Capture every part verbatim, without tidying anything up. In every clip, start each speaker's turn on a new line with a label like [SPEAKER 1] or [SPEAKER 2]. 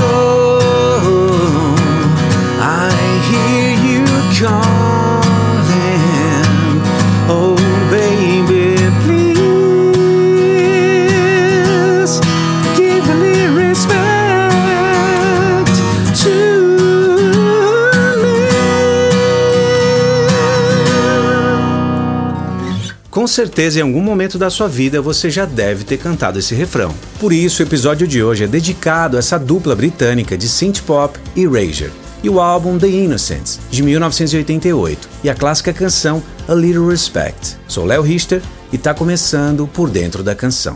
[SPEAKER 1] soul. I hear you calling. Oh baby, please give a little respect to me. Com certeza, em algum momento da sua vida, você já deve ter cantado esse refrão. Por isso, o episódio de hoje é dedicado a essa dupla britânica de synth-pop Erasure, e o álbum The Innocents, de mil novecentos e oitenta e oito, e a clássica canção A Little Respect. Sou Léo Richter e tá começando Por Dentro da Canção.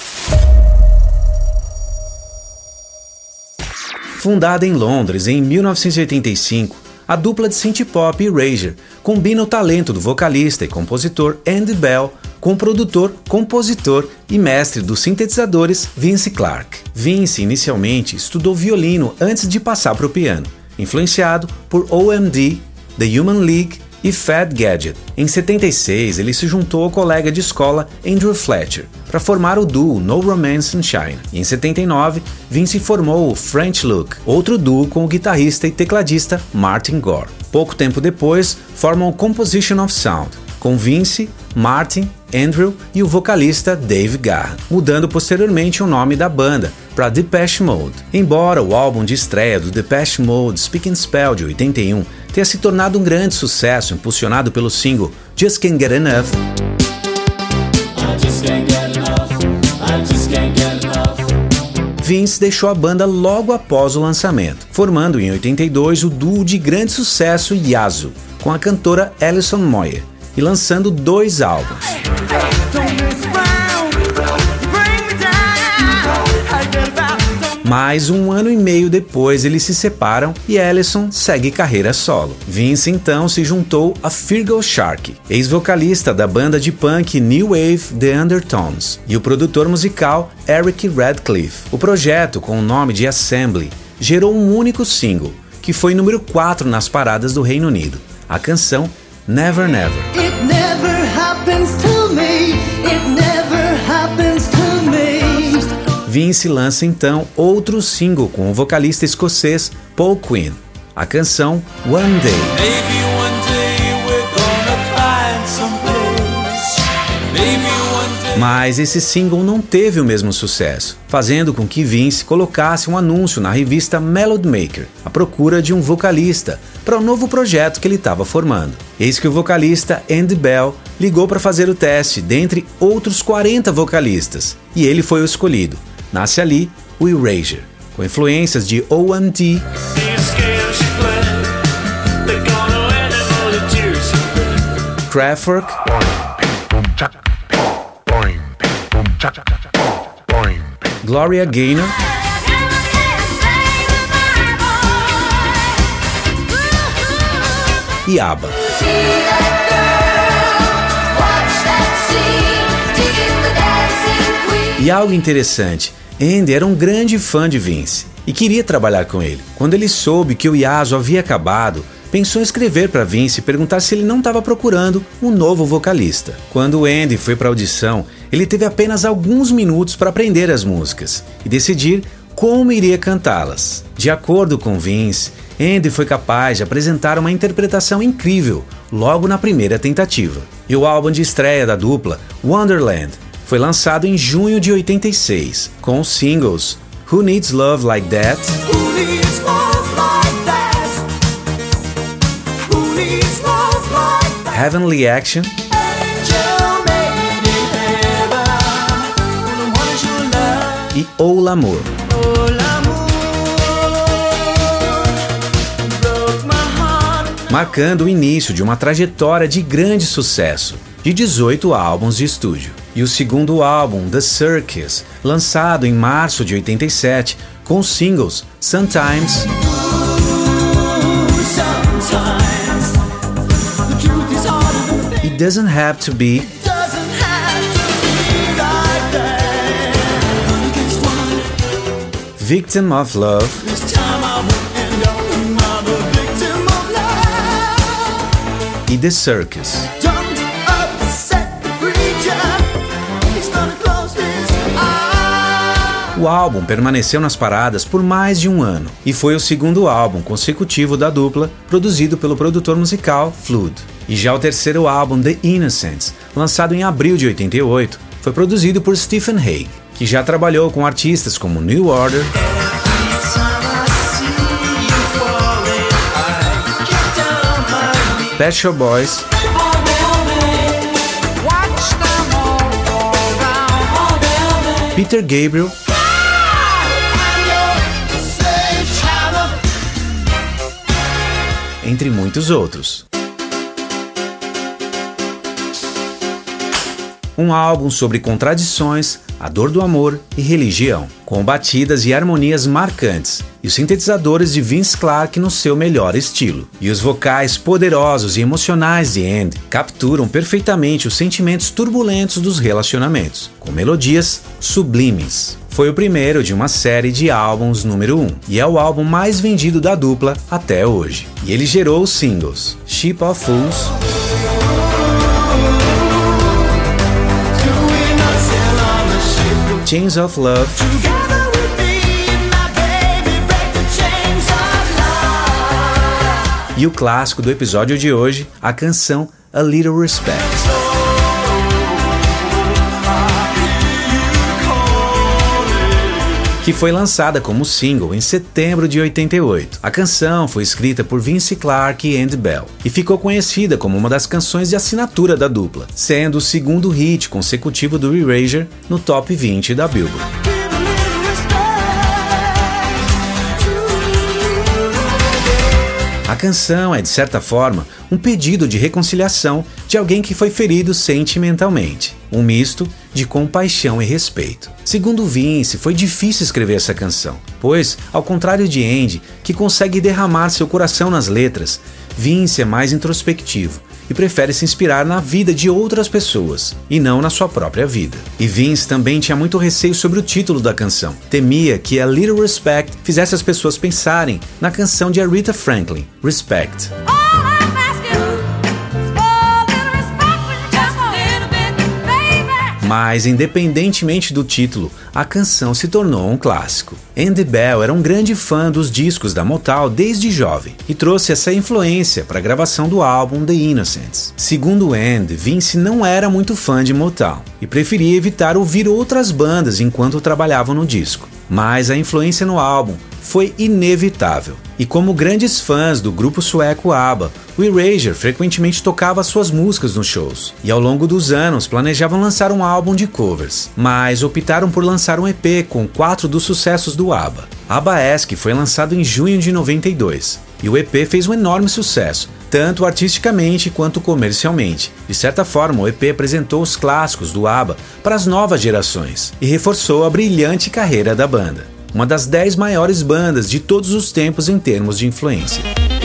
[SPEAKER 1] Fundada em Londres em mil novecentos e oitenta e cinco, a dupla de synth-pop Erasure combina o talento do vocalista e compositor Andy Bell com o produtor, compositor e mestre dos sintetizadores Vince Clarke. Vince inicialmente estudou violino antes de passar para o piano, influenciado por O M D, The Human League e Fad Gadget. Em setenta e seis, ele se juntou ao colega de escola Andrew Fletcher para formar o duo No Romance in China. E em setenta e nove, Vince formou o French Look, outro duo com o guitarrista e tecladista Martin Gore. Pouco tempo depois, formam o Composition of Sound, com Vince, Martin, Andrew e o vocalista Dave Gahan, mudando posteriormente o nome da banda para Depeche Mode. Embora o álbum de estreia do Depeche Mode, Speak and Spell, de oitenta e um, tenha se tornado um grande sucesso, impulsionado pelo single Just Can't Get Enough, Vince deixou a banda logo após o lançamento, formando em oitenta e dois o duo de grande sucesso Yazoo, com a cantora Alison Moyet, e lançando dois álbuns. Mas um ano e meio depois eles se separam e Alison segue carreira solo. Vince então se juntou a Feargal Sharkey, ex-vocalista da banda de punk New Wave The Undertones, e o produtor musical Eric Radcliffe. O projeto, com o nome de Assembly, gerou um único single, que foi número quatro nas paradas do Reino Unido, a canção Never Never. It never happens to me. It never happens to me. Vince lança então outro single com o vocalista escocês Paul Quinn, a canção One Day. Maybe one day we're gonna find some place. Maybe one day. Mas esse single não teve o mesmo sucesso, fazendo com que Vince colocasse um anúncio na revista Melody Maker, à procura de um vocalista para o novo projeto que ele estava formando. Eis que o vocalista Andy Bell ligou para fazer o teste dentre outros quarenta vocalistas, e ele foi o escolhido. Nasce ali o Erasure, com influências de O M D, Kraftwerk Gloria Gaynor e ABBA. E algo interessante, Andy era um grande fã de Vince e queria trabalhar com ele. Quando ele soube que o Yazoo havia acabado, pensou em escrever para Vince e perguntar se ele não estava procurando um novo vocalista. Quando Andy foi para a audição, ele teve apenas alguns minutos para aprender as músicas e decidir como iria cantá-las. De acordo com Vince, Andy foi capaz de apresentar uma interpretação incrível logo na primeira tentativa. E o álbum de estreia da dupla, Wonderland, foi lançado em junho de oitenta e seis, com os singles Who Needs Love Like That, Who Needs Love Like That? Who Needs Love Like That? Heavenly Action e Oh L'Amour. Marcando o início de uma trajetória de grande sucesso, de dezoito álbuns de estúdio. E o segundo álbum, The Circus, lançado em março de oitenta e sete, com os singles Sometimes e Doesn't Have to Be, Victim of Love e The Circus. O álbum permaneceu nas paradas por mais de um ano e foi o segundo álbum consecutivo da dupla produzido pelo produtor musical Flood. E já o terceiro álbum, The Innocents, lançado em abril de oitenta e oito, foi produzido por Stephen Hague, que já trabalhou com artistas como New Order, Pet Shop Boys, Peter Gabriel entre muitos outros. Um álbum sobre contradições, a dor do amor e religião, com batidas e harmonias marcantes, e os sintetizadores de Vince Clarke no seu melhor estilo. E os vocais poderosos e emocionais de End capturam perfeitamente os sentimentos turbulentos dos relacionamentos, com melodias sublimes. Foi o primeiro de uma série de álbuns número um, e é o álbum mais vendido da dupla até hoje. E ele gerou os singles Ship of Fools, Chains of Love e o clássico do episódio de hoje, a canção A Little Respect. Que foi lançada como single em setembro de oitenta e oito. A canção foi escrita por Vince Clarke e Andy Bell e ficou conhecida como uma das canções de assinatura da dupla, sendo o segundo hit consecutivo do Erasure no top vinte da Billboard. A canção é, de certa forma, um pedido de reconciliação de alguém que foi ferido sentimentalmente, um misto de compaixão e respeito. Segundo Vince, foi difícil escrever essa canção, pois, ao contrário de Andy, que consegue derramar seu coração nas letras, Vince é mais introspectivo e prefere se inspirar na vida de outras pessoas, e não na sua própria vida. E Vince também tinha muito receio sobre o título da canção. Temia que A Little Respect fizesse as pessoas pensarem na canção de Aretha Franklin, Respect. Mas, independentemente do título, a canção se tornou um clássico. Andy Bell era um grande fã dos discos da Motown desde jovem e trouxe essa influência para a gravação do álbum The Innocents. Segundo Andy, Vince não era muito fã de Motown e preferia evitar ouvir outras bandas enquanto trabalhavam no disco. Mas a influência no álbum foi inevitável. E como grandes fãs do grupo sueco ABBA, o Erasure frequentemente tocava suas músicas nos shows. E ao longo dos anos planejavam lançar um álbum de covers, mas optaram por lançar um E P com quatro dos sucessos do ABBA. ABBA-esque foi lançado em junho de noventa e dois, e o E P fez um enorme sucesso, tanto artisticamente quanto comercialmente. De certa forma, o E P apresentou os clássicos do ABBA para as novas gerações e reforçou a brilhante carreira da banda, uma das dez maiores bandas de todos os tempos em termos de influência.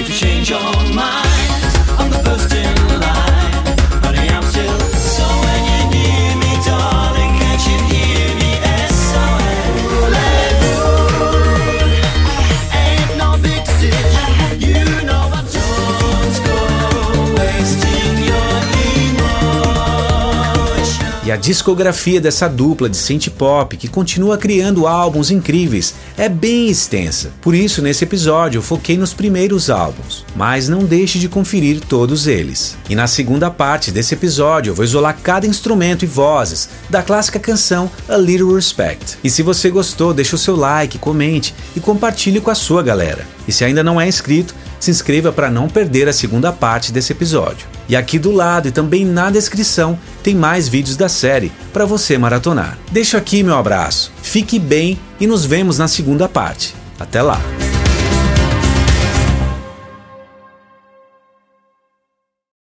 [SPEAKER 1] E a discografia dessa dupla de synth pop, que continua criando álbuns incríveis, é bem extensa. Por isso, nesse episódio, eu foquei nos primeiros álbuns, mas não deixe de conferir todos eles. E na segunda parte desse episódio, eu vou isolar cada instrumento e vozes da clássica canção A Little Respect. E se você gostou, deixa o seu like, comente e compartilhe com a sua galera. E se ainda não é inscrito, se inscreva para não perder a segunda parte desse episódio. E aqui do lado e também na descrição tem mais vídeos da série para você maratonar. Deixo aqui meu abraço, fique bem e nos vemos na segunda parte. Até lá!